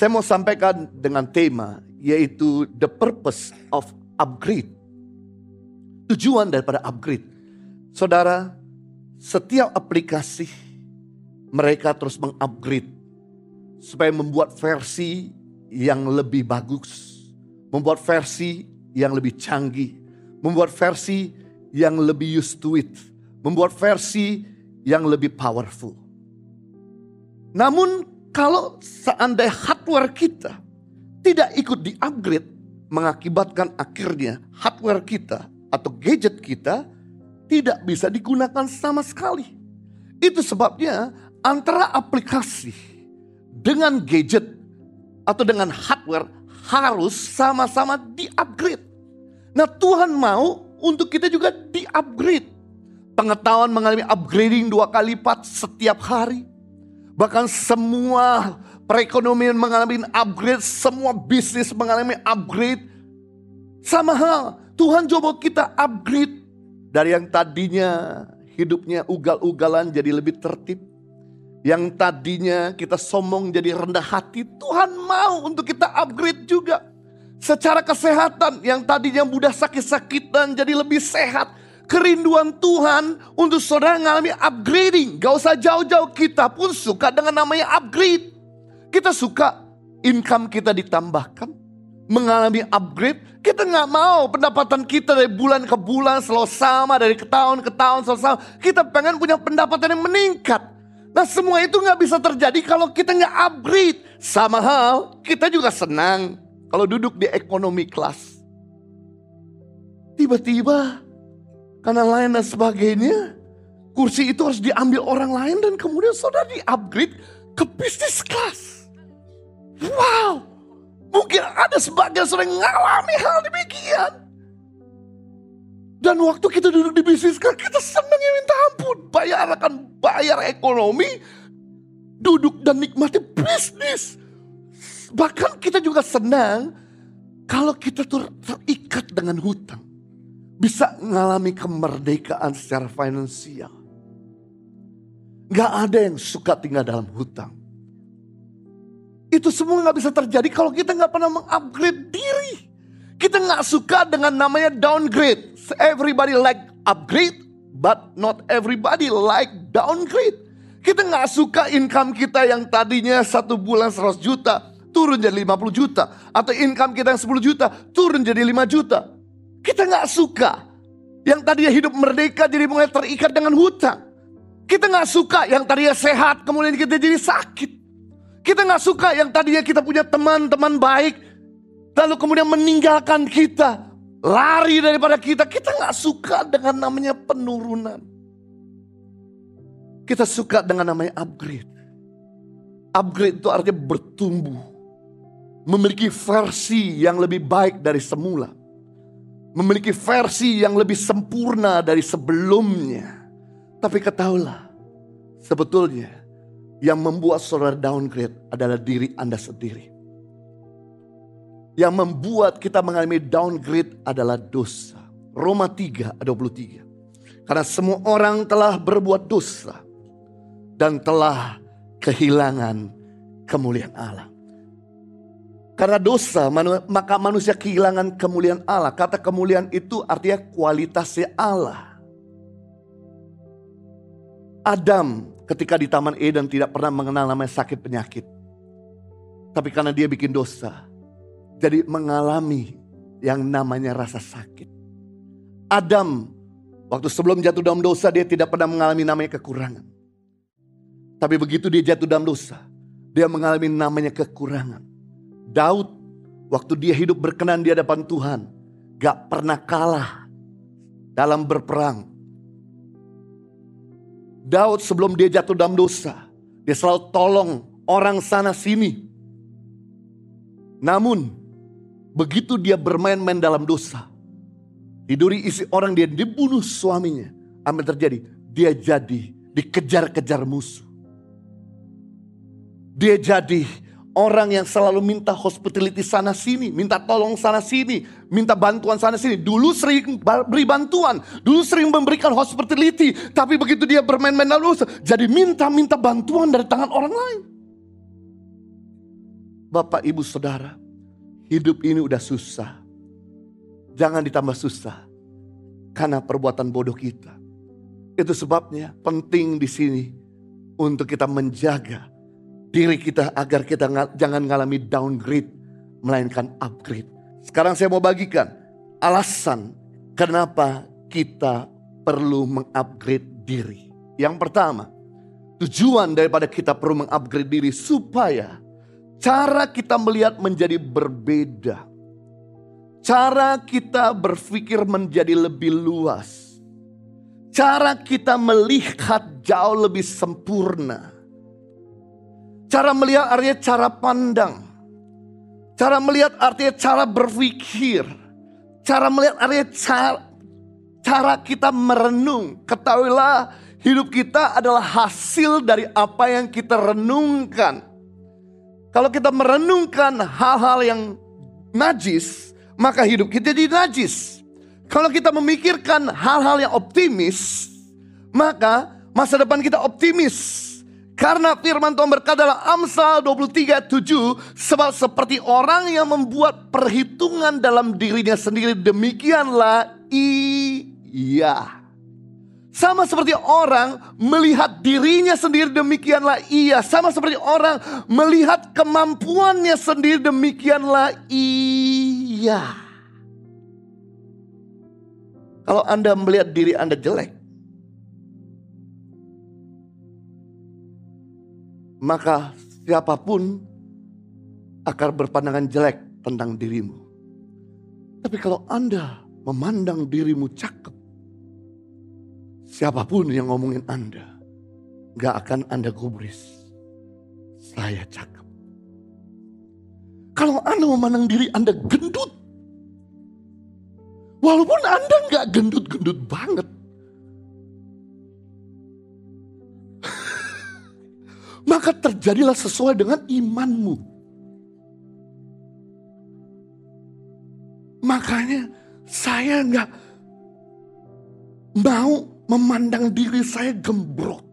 Saya mau sampaikan dengan tema yaitu the purpose of upgrade. Tujuan daripada upgrade. Saudara, setiap aplikasi mereka terus mengupgrade supaya membuat versi yang lebih bagus, membuat versi yang lebih canggih, membuat versi yang lebih used to it, membuat versi yang lebih powerful. Namun kalau seandainya hardware kita tidak ikut di-upgrade, mengakibatkan akhirnya hardware kita atau gadget kita tidak bisa digunakan sama sekali. Itu sebabnya antara aplikasi dengan gadget atau dengan hardware harus sama-sama di-upgrade. Nah, Tuhan mau untuk kita juga di-upgrade. Pengetahuan mengalami upgrading 2 kali lipat setiap hari. Bahkan semua perekonomian mengalami upgrade, semua bisnis mengalami upgrade. Sama hal, Tuhan coba kita upgrade dari yang tadinya hidupnya ugal-ugalan jadi lebih tertib. Yang tadinya kita sombong jadi rendah hati, Tuhan mau untuk kita upgrade juga. Secara kesehatan, yang tadinya mudah sakit-sakitan jadi lebih sehat. Kerinduan Tuhan untuk saudara mengalami upgrading. Gak usah jauh-jauh, kita pun suka dengan namanya upgrade. Kita suka income kita ditambahkan, mengalami upgrade. Kita gak mau pendapatan kita dari bulan ke bulan selalu sama, dari tahun ke tahun selalu sama. Kita pengen punya pendapatan yang meningkat. Nah, semua itu gak bisa terjadi kalau kita gak upgrade. Sama hal, kita juga senang kalau duduk di ekonomi kelas. Tiba-tiba karena lain dan sebagainya, kursi itu harus diambil orang lain dan kemudian saudara di-upgrade ke bisnis kelas. Wow, mungkin ada sebagian saudara yang mengalami hal demikian. Dan waktu kita duduk di bisnis kelas, kita senang ya minta ampun. Bayar ekonomi, duduk dan nikmati bisnis. Bahkan kita juga senang kalau kita tuh terikat dengan hutang. Bisa mengalami kemerdekaan secara finansial. Gak ada yang suka tinggal dalam hutang. Itu semua gak bisa terjadi kalau kita gak pernah mengupgrade diri. Kita gak suka dengan namanya downgrade. Everybody like upgrade, but not everybody like downgrade. Kita gak suka income kita yang tadinya 1 bulan 100 juta, turun jadi 50 juta. Atau income kita yang 10 juta, turun jadi 5 juta. Kita gak suka yang tadinya hidup merdeka jadi mulai terikat dengan hutang. Kita gak suka yang tadinya sehat kemudian kita jadi sakit. Kita gak suka yang tadinya kita punya teman-teman baik lalu kemudian meninggalkan kita, lari daripada kita. Kita gak suka dengan namanya penurunan. Kita suka dengan namanya upgrade. Upgrade itu artinya bertumbuh, memiliki versi yang lebih baik dari semula. Memiliki versi yang lebih sempurna dari sebelumnya. Tapi ketahuilah, sebetulnya yang membuat saudara downgrade adalah diri Anda sendiri. Yang membuat kita mengalami downgrade adalah dosa. Roma 3:23. Karena semua orang telah berbuat dosa dan telah kehilangan kemuliaan Allah. Karena dosa, maka manusia kehilangan kemuliaan Allah. Kata kemuliaan itu artinya kualitasnya Allah. Adam ketika di Taman Eden tidak pernah mengenal namanya sakit penyakit. Tapi karena dia bikin dosa, jadi mengalami yang namanya rasa sakit. Adam, waktu sebelum jatuh dalam dosa, dia tidak pernah mengalami namanya kekurangan. Tapi begitu dia jatuh dalam dosa, dia mengalami namanya kekurangan. Daud, waktu dia hidup berkenan di hadapan Tuhan, gak pernah kalah dalam berperang. Daud sebelum dia jatuh dalam dosa, dia selalu tolong orang sana sini. Namun, begitu dia bermain-main dalam dosa, tiduri isi orang, dia dibunuh suaminya. Apa yang terjadi? Dia jadi dikejar-kejar musuh. Dia jadi orang yang selalu minta hospitality sana sini, minta tolong sana sini, minta bantuan sana sini. Dulu sering beri bantuan, dulu sering memberikan hospitality, tapi begitu dia bermain-main lalu jadi minta bantuan dari tangan orang lain. Bapak, Ibu, Saudara, hidup ini udah susah. Jangan ditambah susah karena perbuatan bodoh kita. Itu sebabnya penting di sini untuk kita menjaga diri kita agar kita jangan mengalami downgrade, melainkan upgrade. Sekarang saya mau bagikan alasan kenapa kita perlu mengupgrade diri. Yang pertama, tujuan daripada kita perlu mengupgrade diri supaya cara kita melihat menjadi berbeda. Cara kita berpikir menjadi lebih luas. Cara kita melihat jauh lebih sempurna. Cara melihat artinya cara pandang. Cara melihat artinya cara berpikir. Cara melihat artinya cara kita merenung. Ketahuilah, hidup kita adalah hasil dari apa yang kita renungkan. Kalau kita merenungkan hal-hal yang najis, maka hidup kita jadi najis. Kalau kita memikirkan hal-hal yang optimis, maka masa depan kita optimis. Karena firman Tuhan berkata dalam Amsal 23:7, sebab seperti orang yang membuat perhitungan dalam dirinya sendiri, demikianlah ia. Sama seperti orang melihat dirinya sendiri, demikianlah ia. Sama seperti orang melihat kemampuannya sendiri, demikianlah ia. Kalau Anda melihat diri Anda jelek, maka siapapun akan berpandangan jelek tentang dirimu. Tapi kalau Anda memandang dirimu cakep, siapapun yang ngomongin Anda, gak akan Anda gubris. Saya cakep. Kalau Anda memandang diri Anda gendut, walaupun Anda gak gendut-gendut banget, maka terjadilah sesuai dengan imanmu. Makanya saya gak mau memandang diri saya gembrot.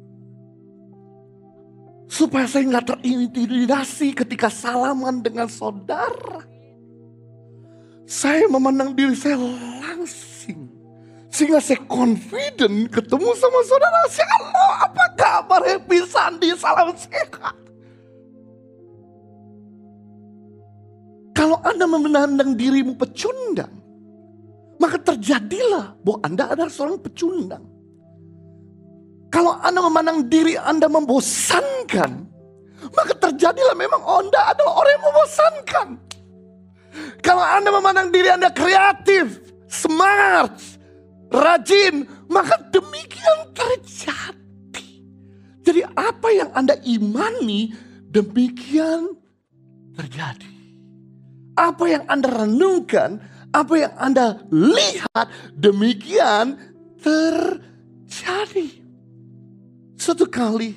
Supaya saya gak terintimidasi ketika salaman dengan saudara. Saya memandang diri saya langsing. Sehingga saya confident ketemu sama saudara. Halo, apa kabar? Happy Sunday, salam sehat. Kalau Anda memandang dirimu pecundang, maka terjadilah bahwa Anda adalah seorang pecundang. Kalau Anda memandang diri Anda membosankan, maka terjadilah memang Anda adalah orang yang membosankan. Kalau Anda memandang diri Anda kreatif, smart, rajin, maka demikian terjadi. Jadi apa yang Anda imani, demikian terjadi. Apa yang Anda renungkan, apa yang Anda lihat, demikian terjadi. Suatu kali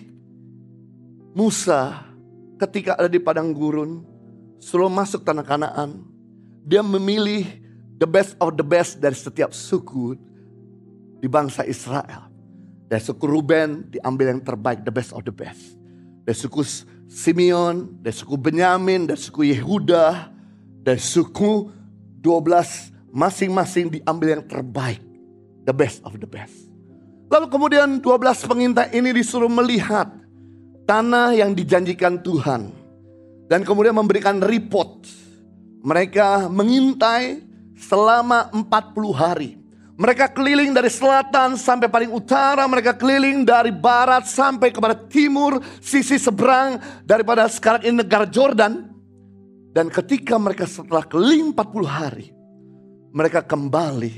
Musa ketika ada di padang gurun, sebelum masuk tanah Kanaan, dia memilih the best of the best dari setiap suku di bangsa Israel. Dari suku Ruben diambil yang terbaik, the best of the best. Dari suku Simeon, dari suku Benyamin, dari suku Yehuda, dari suku 12 masing-masing diambil yang terbaik, the best of the best. Lalu kemudian 12 pengintai ini disuruh melihat tanah yang dijanjikan Tuhan. Dan kemudian memberikan report. Mereka mengintai selama 40 hari. Mereka keliling dari selatan sampai paling utara. Mereka keliling dari barat sampai kepada timur. Sisi seberang daripada sekarang ini negara Jordan. Dan ketika mereka setelah keliling 40 hari, mereka kembali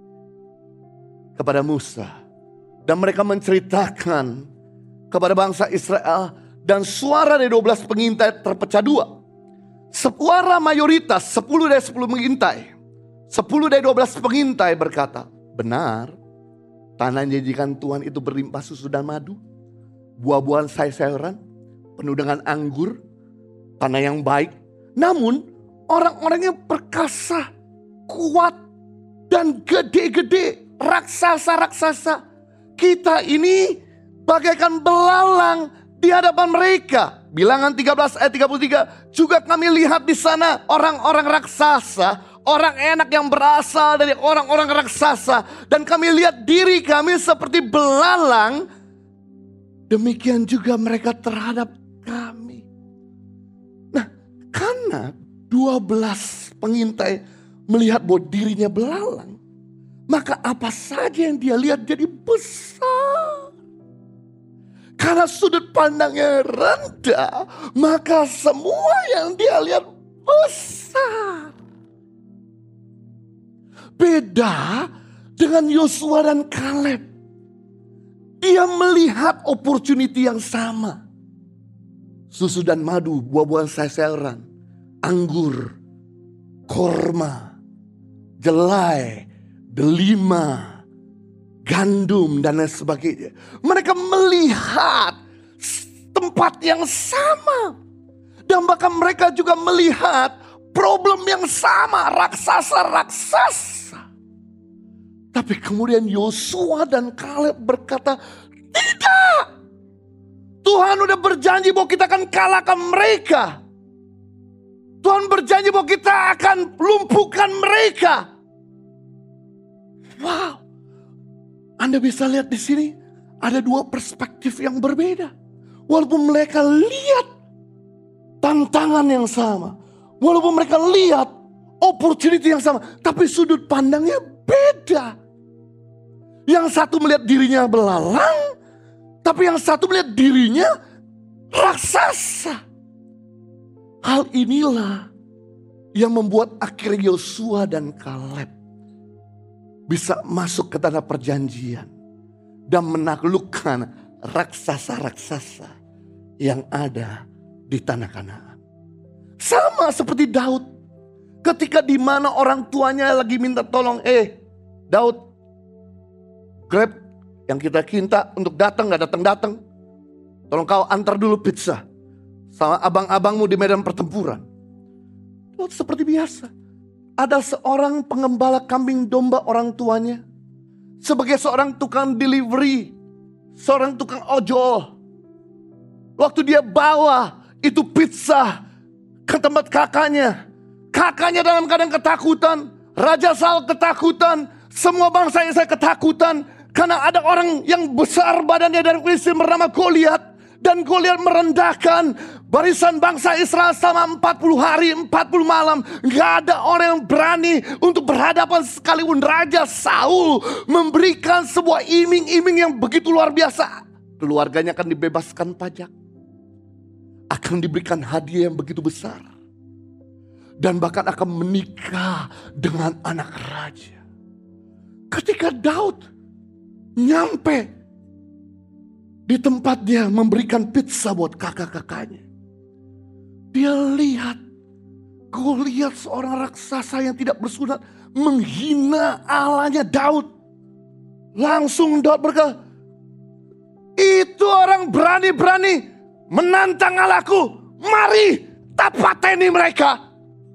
kepada Musa. Dan mereka menceritakan kepada bangsa Israel. Dan suara dari 12 pengintai terpecah dua. Suara mayoritas 10 dari 10 pengintai. 10 dari 12 pengintai berkata, benar, tanah yang dijanjikan Tuhan itu berlimpah susu dan madu. Buah-buahan sayur-sayuran, penuh dengan anggur, tanah yang baik. Namun orang-orangnya perkasa, kuat, dan gede-gede, raksasa-raksasa. Kita ini bagaikan belalang di hadapan mereka. Bilangan 13 ayat 33. Juga kami lihat di sana orang-orang raksasa, orang enak yang berasal dari orang-orang raksasa. Dan kami lihat diri kami seperti belalang. Demikian juga mereka terhadap kami. Nah, karena 12 pengintai melihat bahwa dirinya belalang, maka apa saja yang dia lihat jadi besar. Karena sudut pandangnya rendah, maka semua yang dia lihat besar. Beda dengan Yosua dan Kaleb. Dia melihat opportunity yang sama. Susu dan madu, buah-buahan sayur-sayuran, anggur, korma, jelai, delima, gandum dan lain sebagainya. Mereka melihat tempat yang sama. Dan bahkan mereka juga melihat problem yang sama, raksasa-raksasa. Tapi kemudian Yosua dan Kaleb berkata, tidak. Tuhan udah berjanji bahwa kita akan kalahkan mereka. Tuhan berjanji bahwa kita akan lumpuhkan mereka. Wow. Anda bisa lihat di sini ada dua perspektif yang berbeda. Walaupun mereka lihat tantangan yang sama, walaupun mereka lihat opportunity yang sama, tapi sudut pandangnya beda. Yang satu melihat dirinya belalang, tapi yang satu melihat dirinya raksasa. Hal inilah yang membuat akhirnya Yosua dan Kaleb bisa masuk ke tanah perjanjian dan menaklukkan raksasa-raksasa yang ada di tanah Kanaan. Sama seperti Daud, ketika di mana orang tuanya lagi minta tolong, Daud, Grab yang kita cinta untuk datang gak datang-datang, tolong kau antar dulu pizza sama abang-abangmu di medan pertempuran. Daud seperti biasa. Ada seorang pengembala kambing domba orang tuanya. Sebagai seorang tukang delivery. Seorang tukang ojol. Waktu dia bawa itu pizza ke tempat kakaknya. Kakaknya dalam keadaan ketakutan. Raja Saul ketakutan. Semua bangsa Israel ketakutan. Karena ada orang yang besar badannya dari Filistin bernama Goliat. Dan Goliat merendahkan barisan bangsa Israel selama 40 hari 40 malam. Gak ada orang yang berani untuk berhadapan, sekalipun Raja Saul memberikan sebuah iming-iming yang begitu luar biasa. Keluarganya akan dibebaskan pajak, akan diberikan hadiah yang begitu besar, dan bahkan akan menikah dengan anak raja. Ketika Daud nyampe di tempat dia memberikan pizza buat kakak-kakaknya, dia lihat Goliat, seorang raksasa yang tidak bersunat, menghina Allahnya Daud. Langsung Daud berkata, itu orang berani-berani menantang Allahku. Mari tak pateni mereka.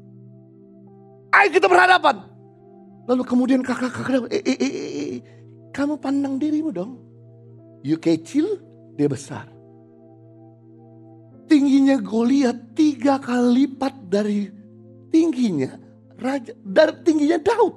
Ayo kita berhadapan. Lalu kemudian kakak-kakak, kamu pandang dirimu dong. You kecil, dia besar. Tingginya Goliat 3 kali lipat dari tingginya Daud.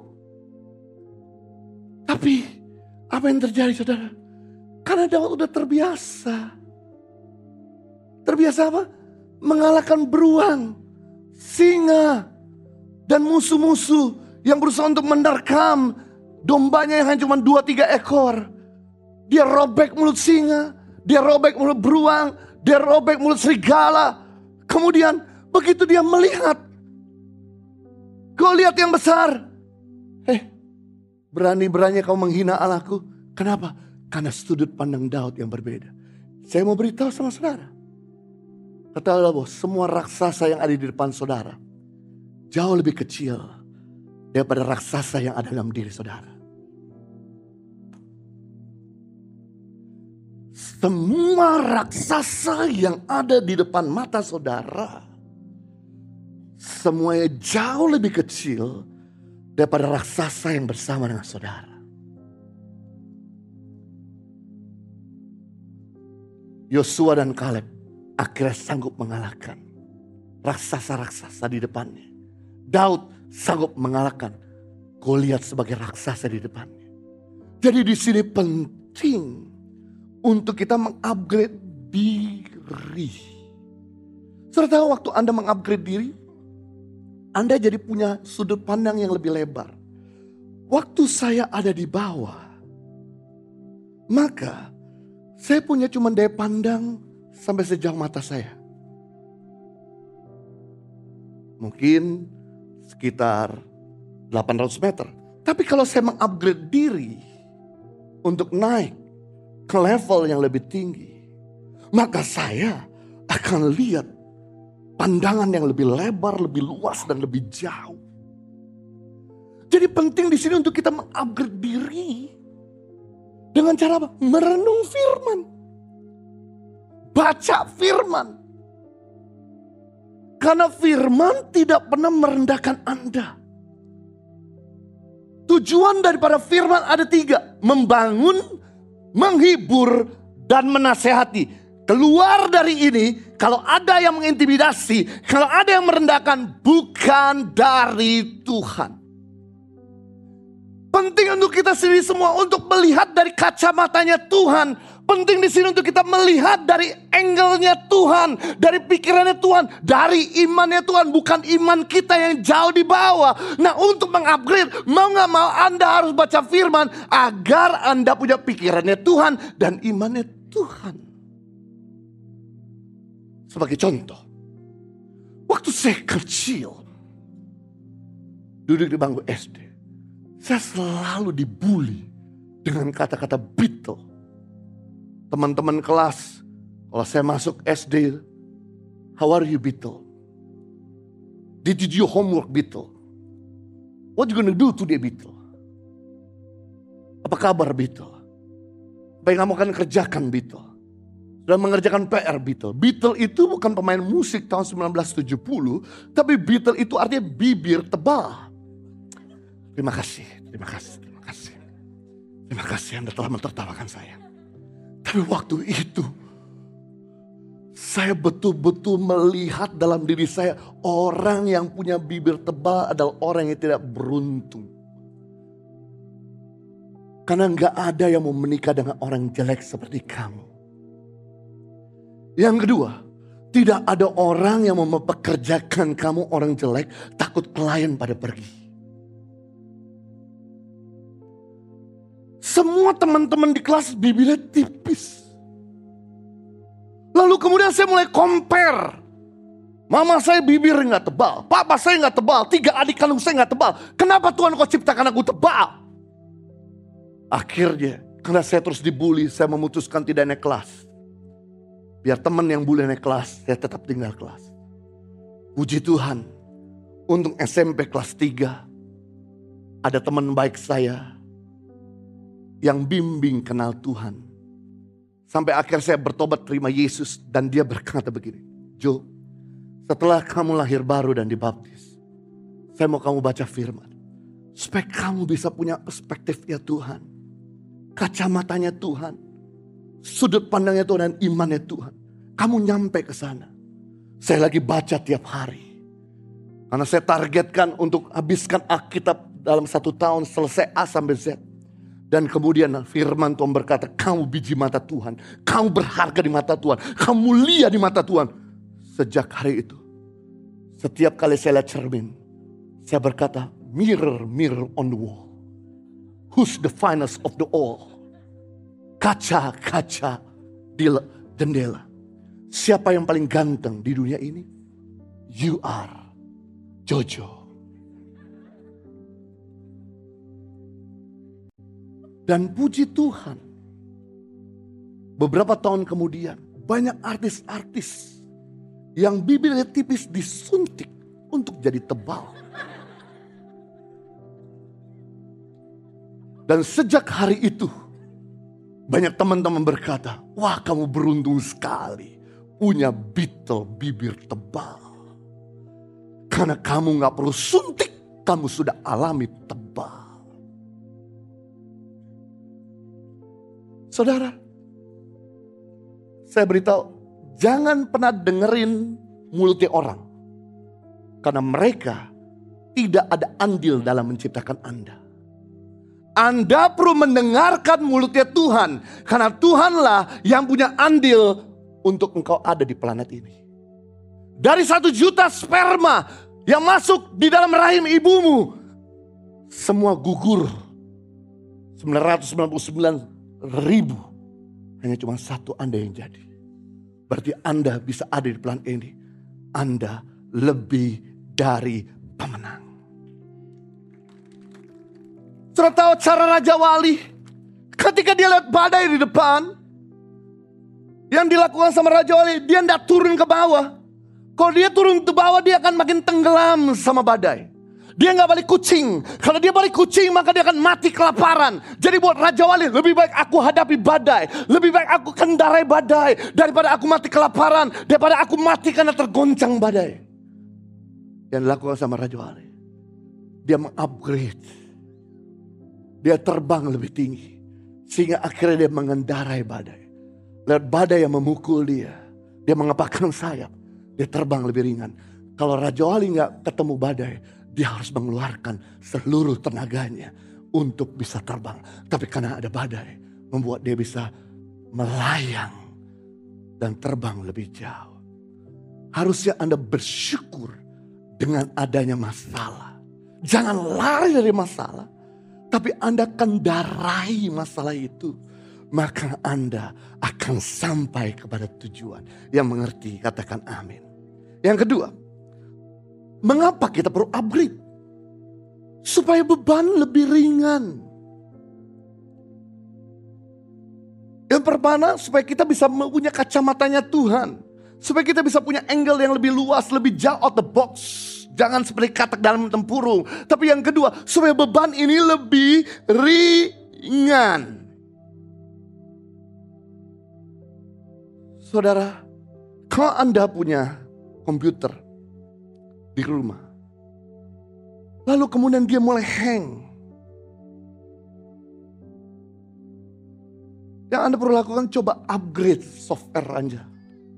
Tapi apa yang terjadi, saudara? Karena Daud udah terbiasa. Terbiasa apa? Mengalahkan beruang, singa, dan musuh-musuh yang berusaha untuk menerkam dombanya yang hanya cuma 2-3 ekor. Dia robek mulut singa, dia robek mulut beruang, dia robek mulut serigala. Kemudian begitu dia melihat Goliat yang besar, berani-beraninya kau menghina Allahku. Kenapa? Karena sudut pandang Daud yang berbeda. Saya mau beritahu sama saudara, katakanlah bahwa semua raksasa yang ada di depan saudara jauh lebih kecil daripada raksasa yang ada dalam diri saudara. Semua raksasa yang ada di depan mata saudara, semuanya jauh lebih kecil daripada raksasa yang bersama dengan saudara. Yosua dan Kaleb akhirnya sanggup mengalahkan raksasa-raksasa di depannya. Daud sanggup mengalahkan Goliat sebagai raksasa di depannya. Jadi di sini penting untuk kita mengupgrade diri. Saudara tahu waktu Anda mengupgrade diri, Anda jadi punya sudut pandang yang lebih lebar. Waktu saya ada di bawah, maka saya punya cuma daya pandang sampai sejauh mata saya. Mungkin sekitar 800 meter. Tapi kalau saya mengupgrade diri untuk naik ke level yang lebih tinggi, maka saya akan lihat pandangan yang lebih lebar, lebih luas dan lebih jauh. Jadi penting di sini untuk kita mengupgrade diri dengan cara apa? Merenung firman. Baca firman. Karena firman tidak pernah merendahkan Anda. Tujuan daripada firman ada 3. Membangun, menghibur, dan menasehati. Keluar dari ini, kalau ada yang mengintimidasi, kalau ada yang merendahkan, bukan dari Tuhan. Penting untuk kita sendiri semua untuk melihat dari kacamatanya Tuhan. Penting di sini untuk kita melihat dari angle-nya Tuhan, dari pikirannya Tuhan, dari imannya Tuhan, bukan iman kita yang jauh di bawah. Nah, untuk mengupgrade, mau gak mau Anda harus baca firman agar Anda punya pikirannya Tuhan dan imannya Tuhan. Sebagai contoh, waktu saya kecil, duduk di bangku SD, saya selalu dibully dengan kata-kata Beatle. Teman-teman kelas, kalau saya masuk SD, how are you Beatle? Did you do your homework Beatle? What you gonna do today Beatle? Apa kabar Beatle? Apa yang kamu akan kerjakan Beatle? Sudah mengerjakan PR Beatle. Beatle itu bukan pemain musik tahun 1970, tapi Beatle itu artinya bibir tebal. Terima kasih, terima kasih, terima kasih. Terima kasih Anda telah mentertawakan saya. Tapi waktu itu, saya betul-betul melihat dalam diri saya, orang yang punya bibir tebal adalah orang yang tidak beruntung. Karena gak ada yang mau menikah dengan orang jelek seperti kamu. Yang kedua, tidak ada orang yang mau mempekerjakan kamu orang jelek, takut klien pada pergi. Semua teman-teman di kelas bibirnya tipis. Lalu kemudian saya mulai compare. Mama saya bibir gak tebal. Papa saya gak tebal. 3 adik kandung saya gak tebal. Kenapa Tuhan kau ciptakan aku tebal? Akhirnya karena saya terus dibully, saya memutuskan tidak naik kelas. Biar teman yang bully naik kelas, saya tetap tinggal kelas. Puji Tuhan, untuk SMP kelas 3, ada teman baik saya yang bimbing kenal Tuhan. Sampai akhir saya bertobat terima Yesus. Dan dia berkata begini, Jo, setelah kamu lahir baru dan dibaptis, saya mau kamu baca firman. Supaya kamu bisa punya perspektifnya Tuhan. Kacamatanya Tuhan. Sudut pandangnya Tuhan dan imannya Tuhan. Kamu nyampe ke sana. Saya lagi baca tiap hari. Karena saya targetkan untuk habiskan Alkitab dalam 1 tahun, selesai A sampai Z. Dan kemudian firman Tuhan berkata, kamu biji mata Tuhan. Kamu berharga di mata Tuhan. Kamu mulia di mata Tuhan. Sejak hari itu, setiap kali saya lihat cermin, saya berkata, mirror, mirror on the wall. Who's the finest of the all? Kaca-kaca di jendela. Siapa yang paling ganteng di dunia ini? You are Jojo. Dan puji Tuhan, beberapa tahun kemudian banyak artis-artis yang bibirnya tipis disuntik untuk jadi tebal. Dan sejak hari itu banyak teman-teman berkata, wah kamu beruntung sekali punya Beatle bibir tebal. Karena kamu gak perlu suntik, kamu sudah alami tebal. Saudara, saya beritahu, Jangan pernah dengerin mulutnya orang. Karena mereka tidak ada andil dalam menciptakan Anda. Anda perlu mendengarkan mulutnya Tuhan. Karena Tuhanlah yang punya andil untuk engkau ada di planet ini. Dari 1 juta sperma yang masuk di dalam rahim ibumu, semua gugur. 999.000. Hanya cuma satu Anda yang jadi. Berarti Anda bisa ada di planet ini. Anda lebih dari pemenang. Sudah tahu cara Raja Wali? Ketika dia lihat badai di depan, yang dilakukan sama Raja Wali, dia tidak turun ke bawah. Kalau dia turun ke bawah, dia akan makin tenggelam sama badai. Dia nggak balik kucing. Kalau dia balik kucing, maka dia akan mati kelaparan. Jadi buat Raja Wali, lebih baik aku hadapi badai. Lebih baik aku kendarai badai. Daripada aku mati kelaparan. Daripada aku mati karena tergoncang badai. Yang dilakukan sama Raja Wali, dia mengupgrade. Dia terbang lebih tinggi. Sehingga akhirnya dia mengendarai badai. Lihat badai yang memukul dia. Dia mengepakkan sayap. Dia terbang lebih ringan. Kalau Raja Wali nggak ketemu badai, dia harus mengeluarkan seluruh tenaganya untuk bisa terbang. Tapi karena ada badai, membuat dia bisa melayang dan terbang lebih jauh. Harusnya Anda bersyukur dengan adanya masalah. Jangan lari dari masalah, tapi Anda kendarai masalah itu. Maka Anda akan sampai kepada tujuan. Yang mengerti katakan amin. Yang kedua, mengapa kita perlu upgrade? Supaya beban lebih ringan. Yang pertama, supaya kita bisa punya kacamatanya Tuhan. Supaya kita bisa punya angle yang lebih luas, lebih jauh out the box. Jangan seperti katak dalam tempurung. Tapi yang kedua, supaya beban ini lebih ringan. Saudara, kalau Anda punya komputer di rumah, lalu kemudian dia mulai hang, yang Anda perlu lakukan, coba upgrade software Anda.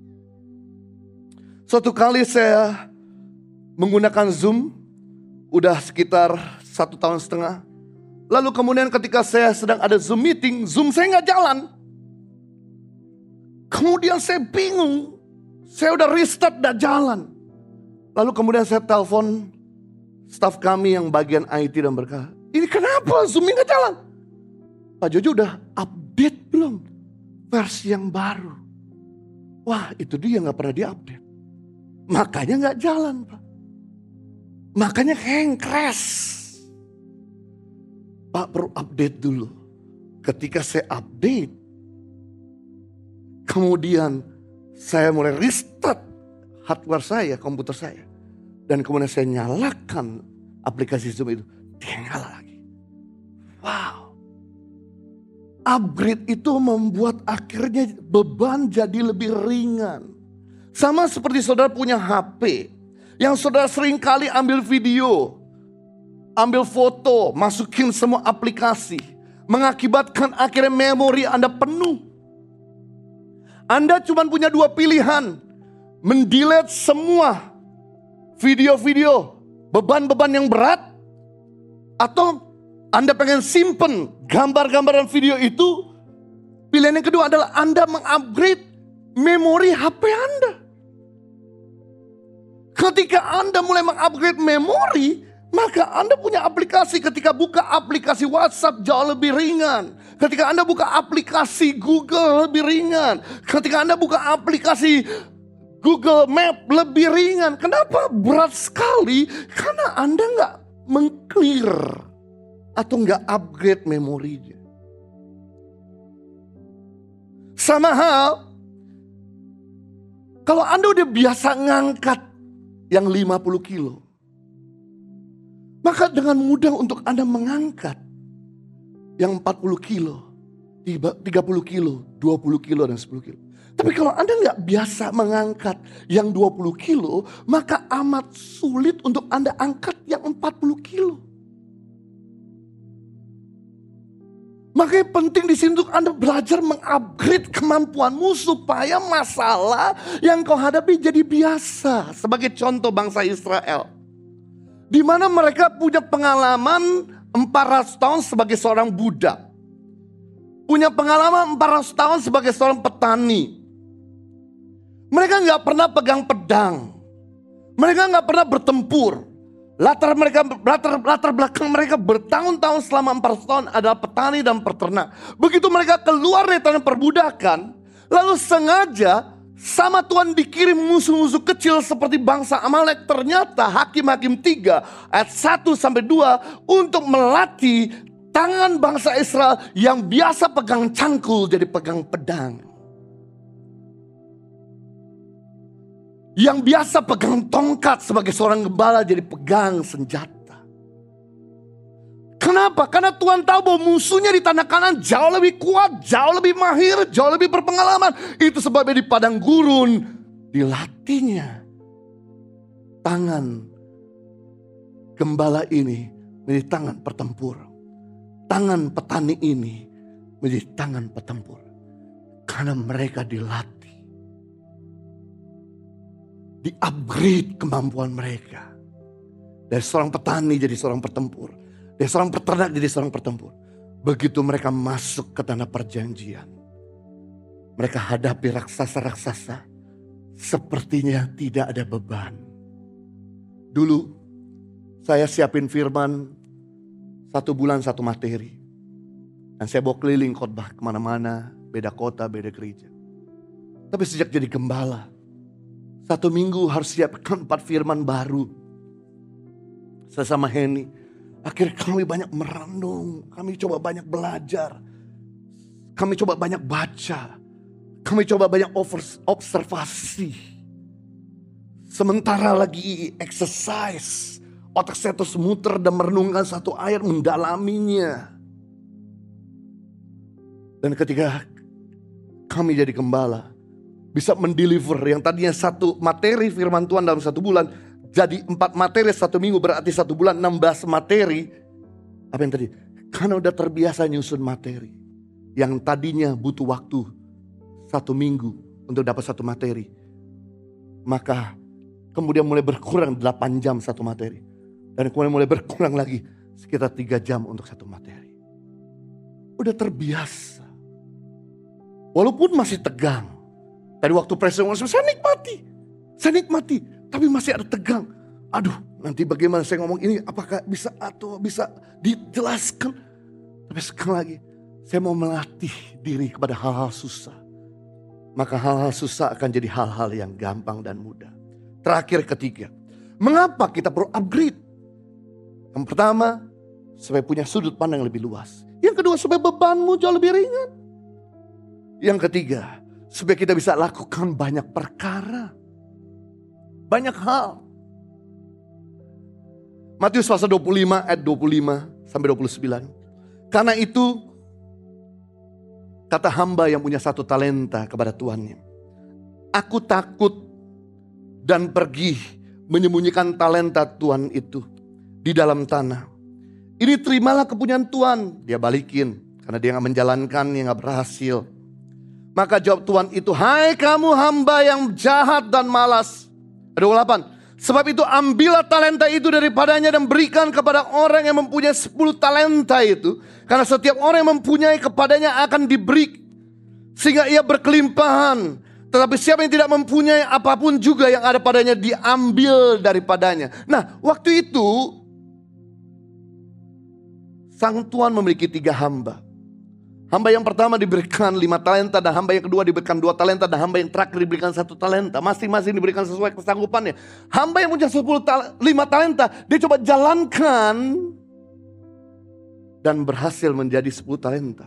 Suatu kali saya menggunakan Zoom, udah sekitar 1,5 tahun. Lalu kemudian ketika saya sedang ada Zoom meeting, Zoom saya nggak jalan. Kemudian saya bingung, saya udah restart gak jalan. Lalu kemudian saya telepon staf kami yang bagian IT dan berkata, ini kenapa Zoom ini gak jalan? Pak Jojo udah update belum versi yang baru? Wah, itu dia gak pernah diupdate. Makanya gak jalan, Pak. Makanya hang, crash. Pak perlu update dulu. Ketika saya update, kemudian saya mulai restart hardware saya, komputer saya. Dan kemudian saya nyalakan aplikasi Zoom itu. Dia nyala lagi. Wow. Upgrade itu membuat akhirnya beban jadi lebih ringan. Sama seperti saudara punya HP. Yang saudara sering kali ambil video. Ambil foto, masukin semua aplikasi. Mengakibatkan akhirnya memori Anda penuh. Anda cuma punya 2 pilihan. Mendelete semua video-video, beban-beban yang berat. Atau Anda pengen simpen gambar-gambar dan video itu. Pilihan yang kedua adalah Anda mengupgrade memori HP Anda. Ketika Anda mulai mengupgrade memori, maka Anda punya aplikasi. Ketika buka aplikasi WhatsApp jauh lebih ringan. Ketika Anda buka aplikasi Google lebih ringan. Ketika Anda buka aplikasi Google Map lebih ringan. Kenapa berat sekali? Karena Anda nggak meng-clear atau nggak upgrade memorinya. Sama hal, kalau Anda udah biasa ngangkat yang 50 kilo, maka dengan mudah untuk Anda mengangkat yang 40 kilo, 30 kilo, 20 kilo, dan 10 kilo. Tapi kalau Anda nggak biasa mengangkat yang 20 kilo, maka amat sulit untuk Anda angkat yang 40 kilo. Makanya penting di sini untuk Anda belajar mengupgrade kemampuanmu supaya masalah yang kau hadapi jadi biasa. Sebagai contoh bangsa Israel, di mana mereka punya pengalaman 400 tahun sebagai seorang budak. Punya pengalaman 400 tahun sebagai seorang petani. Mereka gak pernah pegang pedang. Mereka gak pernah bertempur. Latar belakang mereka bertahun-tahun selama 400 tahun adalah petani dan peternak. Begitu mereka keluar dari tanah perbudakan, lalu sengaja sama Tuhan dikirim musuh-musuh kecil seperti bangsa Amalek. Ternyata Hakim-Hakim 3 ayat 1-2 untuk melatih tangan bangsa Israel yang biasa pegang cangkul jadi pegang pedang. Yang biasa pegang tongkat sebagai seorang gembala jadi pegang senjata. Kenapa? Karena Tuhan tahu bahwa musuhnya di tanah Kanaan jauh lebih kuat, jauh lebih mahir, jauh lebih berpengalaman. Itu sebabnya di padang gurun dilatihnya tangan gembala ini menjadi tangan pertempur. Tangan petani ini menjadi tangan petempur. Karena mereka dilatih. Di-upgrade kemampuan mereka. Dari seorang petani jadi seorang petempur. Dari seorang peternak jadi seorang petempur. Begitu mereka masuk ke tanah perjanjian, mereka hadapi raksasa-raksasa sepertinya tidak ada beban. Dulu saya siapin firman 1 bulan 1 materi. Dan saya bawa keliling khotbah kemana-mana, beda kota, beda gereja. Tapi sejak jadi gembala, 1 minggu harus siapkan 4 firman baru. Saya sama Henny, akhirnya kami banyak merenung, kami coba banyak belajar, kami coba banyak baca, kami coba banyak observasi. Sementara lagi exercise, otak saya terus muter dan merenungkan satu ayat, mendalaminya. Dan ketika kami jadi gembala, bisa mendeliver yang tadinya 1 materi firman Tuhan dalam 1 bulan, jadi 4 materi 1 minggu, berarti 1 bulan 16 materi. Apa yang tadi? Karena udah terbiasa nyusun materi. Yang tadinya butuh waktu 1 minggu untuk dapat 1 materi. Maka kemudian mulai berkurang 8 jam 1 materi. Dan kemudian mulai berkurang lagi sekitar 3 jam untuk 1 materi. Udah terbiasa. Walaupun masih tegang. Tadi waktu presiden saya nikmati. Tapi masih ada tegang. Aduh, nanti bagaimana saya ngomong ini, apakah bisa atau bisa dijelaskan. Tapi sekali lagi, saya mau melatih diri kepada hal-hal susah. Maka hal-hal susah akan jadi hal-hal yang gampang dan mudah. Terakhir, ketiga, mengapa kita perlu upgrade? Yang pertama, supaya punya sudut pandang yang lebih luas. Yang kedua, supaya bebanmu jauh lebih ringan. Yang ketiga, supaya kita bisa lakukan banyak perkara. Banyak hal. Matius pasal 25 ayat 25 sampai 29. Karena itu, kata hamba yang punya 1 talenta kepada tuannya, aku takut dan pergi menyembunyikan talenta tuan itu di dalam tanah. Ini terimalah kepunyaan tuan. Dia balikin karena dia gak menjalankannya, gak berhasil. Maka jawab Tuhan itu, hai kamu hamba yang jahat dan malas. Ayat 28. Sebab itu ambillah talenta itu daripadanya dan berikan kepada orang yang mempunyai 10 talenta itu. Karena setiap orang yang mempunyai kepadanya akan diberi, sehingga ia berkelimpahan. Tetapi siapa yang tidak mempunyai apapun juga yang ada padanya diambil daripadanya. Nah, waktu itu sang tuan memiliki 3 hamba. Hamba yang pertama diberikan 5 talenta, dan hamba yang kedua diberikan 2 talenta, dan hamba yang terakhir diberikan 1 talenta. Masing-masing diberikan sesuai kesanggupannya. Hamba yang punya 5 talenta, dia coba jalankan dan berhasil menjadi 10 talenta.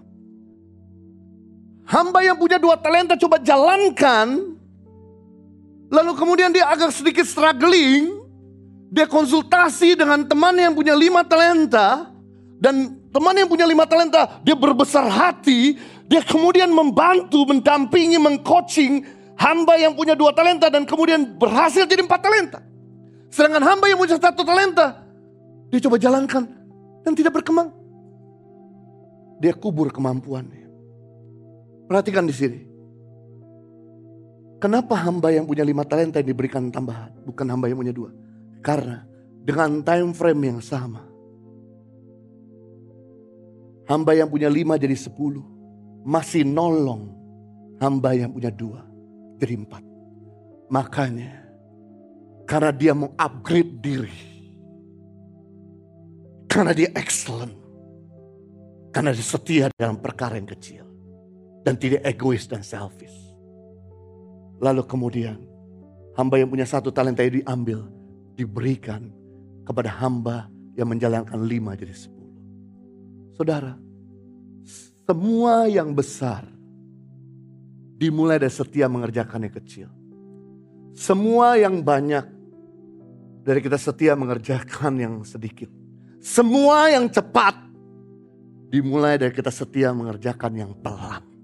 Hamba yang punya 2 talenta coba jalankan, lalu kemudian dia agak sedikit struggling. Dia konsultasi dengan teman yang punya 5 talenta, dan teman yang punya 5 talenta, dia berbesar hati. Dia kemudian membantu, mendampingi, mengcoaching hamba yang punya 2 talenta, dan kemudian berhasil jadi 4 talenta. Sedangkan hamba yang punya 1 talenta, dia coba jalankan dan tidak berkembang. dia kubur kemampuannya. Perhatikan di sini. Kenapa hamba yang punya 5 talenta yang diberikan tambahan, bukan hamba yang punya 2? Karena dengan time frame yang sama, hamba yang punya 5 jadi 10, masih nolong hamba yang punya 2 jadi 4. Makanya, karena dia mau upgrade diri, karena dia excellent, karena dia setia dalam perkara yang kecil, dan tidak egois dan selfish. Lalu kemudian hamba yang punya 1 talenta itu diambil, diberikan kepada hamba yang menjalankan 5 jadi 10. Saudara, semua yang besar dimulai dari setia mengerjakan yang kecil. Semua yang banyak dari kita setia mengerjakan yang sedikit. Semua yang cepat dimulai dari kita setia mengerjakan yang pelan.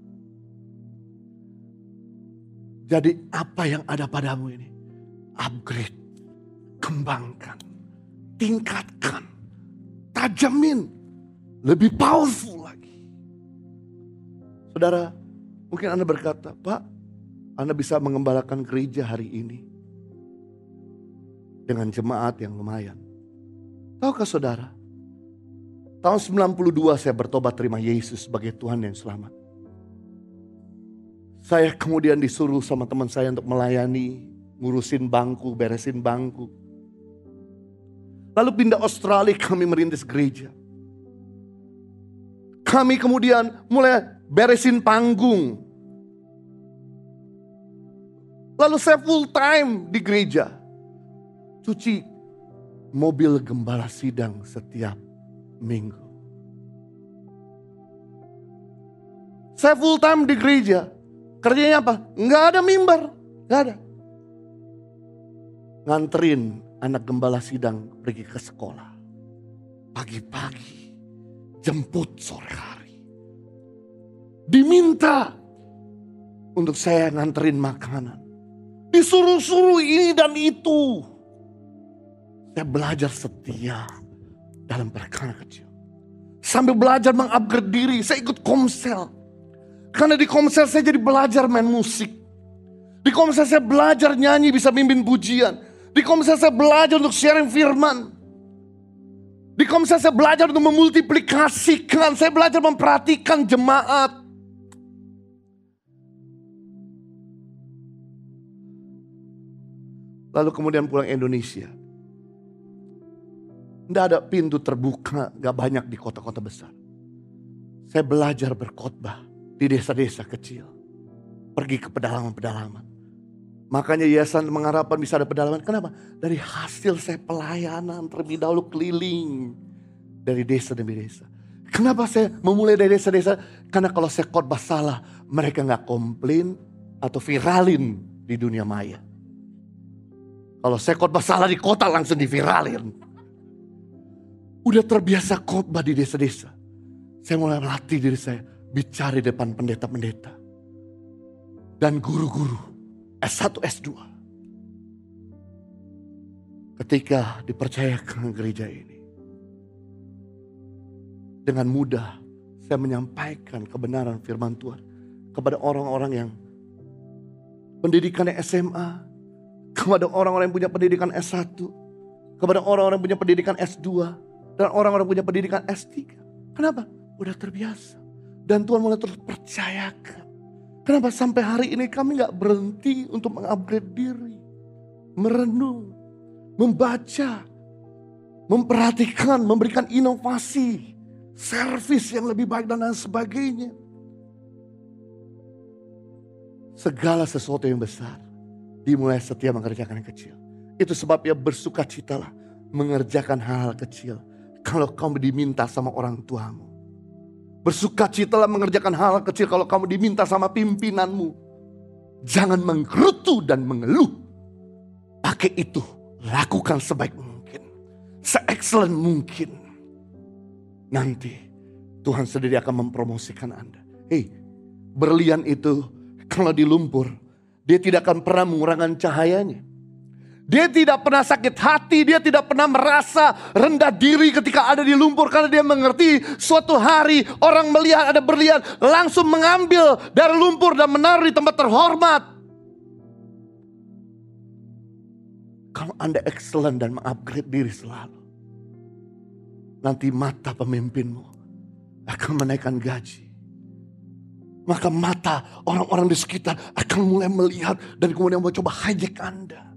Jadi apa yang ada padamu ini, upgrade, kembangkan, tingkatkan, tajamin, lebih powerful lagi. Saudara, mungkin Anda berkata, Pak, Anda bisa mengembalakan gereja hari ini dengan jemaat yang lumayan. Tahukah saudara, tahun 92 saya bertobat terima Yesus sebagai Tuhan dan Selamat. Saya kemudian disuruh sama teman saya untuk melayani, ngurusin bangku, beresin bangku. Lalu pindah Australia, kami merintis gereja. Kami kemudian mulai beresin panggung. Lalu saya full time di gereja. Cuci mobil gembala sidang setiap minggu. Saya full time di gereja. Kerjanya apa? Nggak ada mimbar. Nggak ada. Nganterin anak gembala sidang pergi ke sekolah. Pagi-pagi. Jemput sore hari. Diminta untuk saya nganterin makanan. Disuruh-suruh ini dan itu. Saya belajar setia dalam perkara kecil. Sambil belajar mengupgrade diri. Saya ikut komsel. Karena di komsel saya jadi belajar main musik. Di komsel saya belajar nyanyi, bisa mimpin pujian. Di komsel saya belajar untuk sharing firman. Di komsel saya belajar untuk memultiplikasikan. Saya belajar memperhatikan jemaat. Lalu kemudian pulang Indonesia. Tidak ada pintu terbuka, gak banyak di kota-kota besar. Saya belajar berkhotbah di desa-desa kecil. Pergi ke pedalaman-pedalaman. Makanya Yayasan Pengharapan bisa ada pedalaman. Kenapa? Dari hasil saya pelayanan terlebih dahulu keliling. Dari desa demi desa. Kenapa saya memulai dari desa-desa? Karena kalau saya khotbah salah, mereka gak komplain atau viralin di dunia maya. Kalau saya khotbah salah di kota langsung diviralin. Udah terbiasa khotbah di desa-desa. Saya mulai melatih diri saya. Bicara di depan pendeta-pendeta. Dan guru-guru S1, S2. Ketika dipercayakan gereja ini. Dengan mudah saya menyampaikan kebenaran firman Tuhan. Kepada orang-orang yang pendidikannya SMA. Kepada orang-orang yang punya pendidikan S1. Kepada orang-orang yang punya pendidikan S2. Dan orang-orang yang punya pendidikan S3. Kenapa? Udah terbiasa. Dan Tuhan mulai terus percayakan. Kenapa sampai hari ini kami gak berhenti untuk mengupgrade diri. Merenung. Membaca. Memperhatikan. Memberikan inovasi. Servis yang lebih baik dan lain sebagainya. Segala sesuatu yang besar. Dimulai setia mengerjakan yang kecil. Itu sebabnya bersukacitalah. Mengerjakan hal-hal kecil. Kalau kamu diminta sama orang tuamu. Bersukacitalah mengerjakan hal kecil kalau kamu diminta sama pimpinanmu. Jangan menggerutu dan mengeluh. Pakai itu, lakukan sebaik mungkin. Se-excellent mungkin. Nanti Tuhan sendiri akan mempromosikan Anda. Hei, berlian itu kalau di lumpur, dia tidak akan pernah mengurangi cahayanya. Dia tidak pernah sakit hati, dia tidak pernah merasa rendah diri ketika ada di lumpur. Karena dia mengerti suatu hari orang melihat ada berlian, langsung mengambil dari lumpur dan menaruh di tempat terhormat. Kalau Anda excellent dan mengupgrade diri selalu, nanti mata pemimpinmu akan menaikkan gaji. Maka mata orang-orang di sekitar akan mulai melihat dan kemudian mau coba hijack Anda.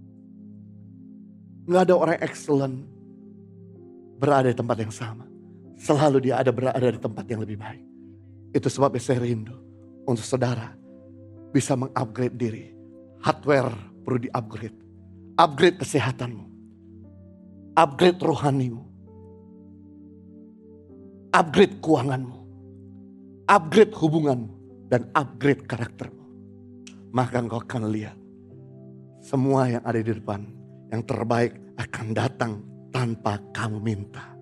Nggak ada orang excellent berada di tempat yang sama. Selalu dia berada di tempat yang lebih baik. Itu sebabnya saya rindu untuk saudara bisa mengupgrade diri. Hardware perlu di-upgrade. Upgrade kesehatanmu. Upgrade rohanimu. Upgrade keuanganmu. Upgrade hubunganmu. Dan upgrade karaktermu. Maka engkau akan lihat semua yang ada di depan, yang terbaik akan datang tanpa kamu minta.